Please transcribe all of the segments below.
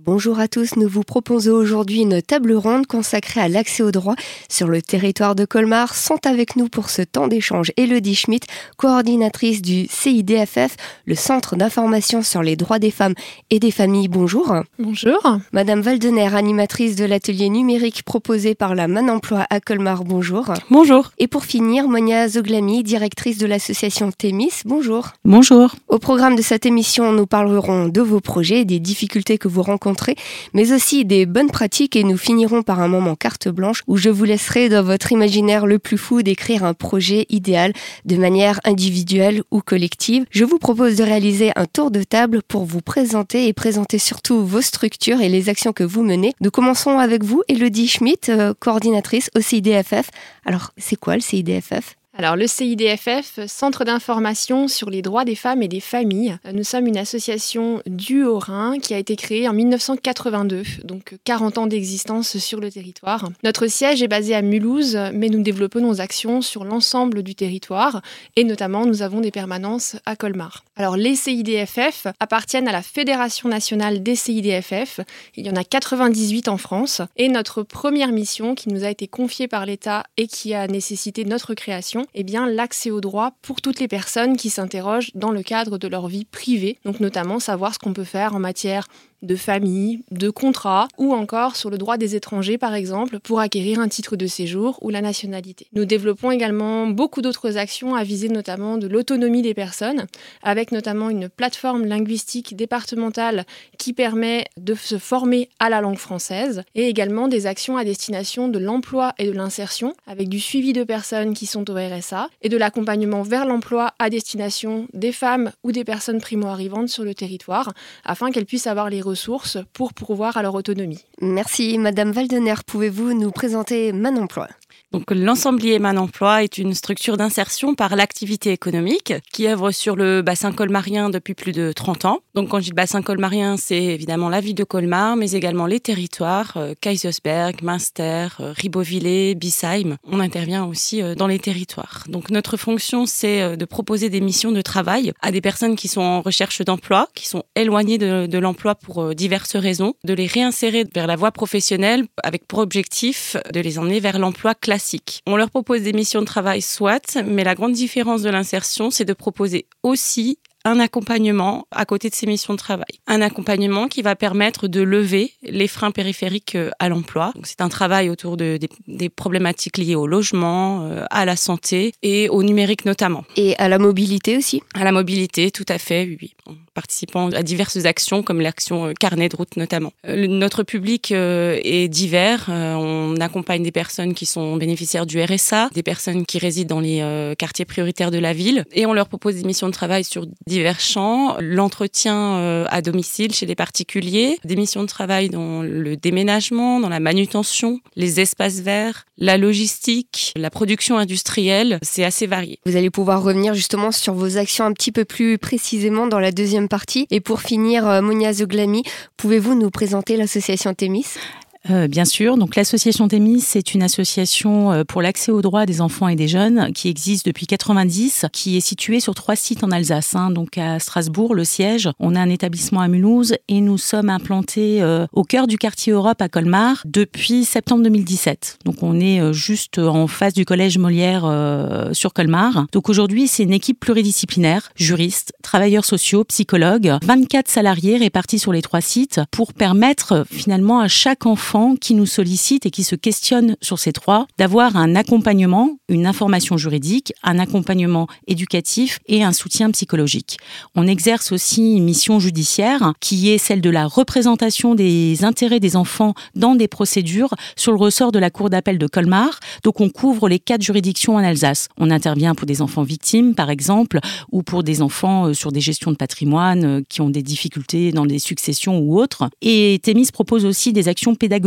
Bonjour à tous, nous vous proposons aujourd'hui une table ronde consacrée à l'accès aux droits sur le territoire de Colmar. Sont avec nous pour ce temps d'échange Élodie Schmitt, coordinatrice du CIDFF, le Centre d'information sur les droits des femmes et des familles. Bonjour. Bonjour. Madame Valdener, animatrice de l'atelier numérique proposé par la Man Emploi à Colmar. Bonjour. Bonjour. Et pour finir, Monia Zoglami, directrice de l'association Thémis. Bonjour. Bonjour. Au programme de cette émission, nous parlerons de vos projets, des difficultés que vous rencontrez, mais aussi des bonnes pratiques, et nous finirons par un moment carte blanche où je vous laisserai dans votre imaginaire le plus fou d'écrire un projet idéal de manière individuelle ou collective. Je vous propose de réaliser un tour de table pour vous présenter et présenter surtout vos structures et les actions que vous menez. Nous commençons avec vous, Élodie Schmitt, coordinatrice au CIDFF. Alors, c'est quoi le CIDFF ? Alors, le CIDFF, Centre d'information sur les droits des femmes et des familles. Nous sommes une association du Haut-Rhin qui a été créée en 1982, donc 40 ans d'existence sur le territoire. Notre siège est basé à Mulhouse, mais nous développons nos actions sur l'ensemble du territoire et notamment nous avons des permanences à Colmar. Alors, les CIDFF appartiennent à la Fédération nationale des CIDFF. Il y en a 98 en France et notre première mission qui nous a été confiée par l'État et qui a nécessité notre création, l'accès aux droits pour toutes les personnes qui s'interrogent dans le cadre de leur vie privée, donc notamment savoir ce qu'on peut faire en matière de famille, de contrat, ou encore sur le droit des étrangers, par exemple, pour acquérir un titre de séjour ou la nationalité. Nous développons également beaucoup d'autres actions à viser notamment de l'autonomie des personnes, avec notamment une plateforme linguistique départementale qui permet de se former à la langue française, et également des actions à destination de l'emploi et de l'insertion, avec du suivi de personnes qui sont au RSA, et de l'accompagnement vers l'emploi à destination des femmes ou des personnes primo-arrivantes sur le territoire, afin qu'elles puissent avoir les ressources pour pourvoir à leur autonomie. Merci Madame Valdener. Pouvez-vous nous présenter Man Emploi ? Donc, l'Ensemblier Man Emploi est une structure d'insertion par l'activité économique qui œuvre sur le bassin colmarien depuis plus de 30 ans. Donc, quand je dis bassin colmarien, c'est évidemment la ville de Colmar, mais également les territoires, Kaysersberg, Münster, Ribeauvillé, Biesheim. On intervient aussi dans les territoires. Donc, notre fonction, c'est de proposer des missions de travail à des personnes qui sont en recherche d'emploi, qui sont éloignées de l'emploi pour diverses raisons, de les réinsérer vers la voie professionnelle avec pour objectif de les emmener vers l'emploi classique. On leur propose des missions de travail, soit, mais la grande différence de l'insertion, c'est de proposer aussi un accompagnement à côté de ces missions de travail. Un accompagnement qui va permettre de lever les freins périphériques à l'emploi. Donc, c'est un travail autour des problématiques liées au logement, à la santé et au numérique notamment. Et à la mobilité aussi ? À la mobilité, tout à fait, oui. En participant à diverses actions, comme l'action carnet de route notamment. Notre public est divers. On accompagne des personnes qui sont bénéficiaires du RSA, des personnes qui résident dans les quartiers prioritaires de la ville, et on leur propose des missions de travail sur divers champs, l'entretien à domicile chez les particuliers, des missions de travail dans le déménagement, dans la manutention, les espaces verts, la logistique, la production industrielle, c'est assez varié. Vous allez pouvoir revenir justement sur vos actions un petit peu plus précisément dans la deuxième partie. Et pour finir, Monia Zoglami, pouvez-vous nous présenter l'association Thémis ? Bien sûr. Donc, l'association Thémis, c'est une association pour l'accès aux droits des enfants et des jeunes qui existe depuis 90, qui est située sur 3 sites en Alsace. Donc, à Strasbourg, le siège. On a un établissement à Mulhouse et nous sommes implantés au cœur du quartier Europe à Colmar depuis septembre 2017. Donc, on est juste en face du collège Molière sur Colmar. Donc, aujourd'hui, c'est une équipe pluridisciplinaire, juristes, travailleurs sociaux, psychologues, 24 salariés répartis sur les 3 sites pour permettre finalement à chaque enfant qui nous sollicitent et qui se questionnent sur ces 3, d'avoir un accompagnement, une information juridique, un accompagnement éducatif et un soutien psychologique. On exerce aussi une mission judiciaire qui est celle de la représentation des intérêts des enfants dans des procédures sur le ressort de la Cour d'appel de Colmar. Donc on couvre les 4 juridictions en Alsace. On intervient pour des enfants victimes, par exemple, ou pour des enfants sur des gestions de patrimoine qui ont des difficultés dans des successions ou autres. Et Thémis propose aussi des actions pédagogiques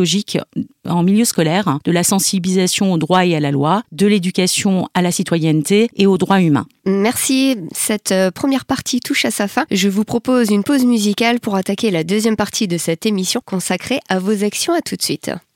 en milieu scolaire, de la sensibilisation au droit et à la loi, de l'éducation à la citoyenneté et aux droits humains. Merci. Cette première partie touche à sa fin. Je vous propose une pause musicale pour attaquer la deuxième partie de cette émission consacrée à vos actions. À tout de suite.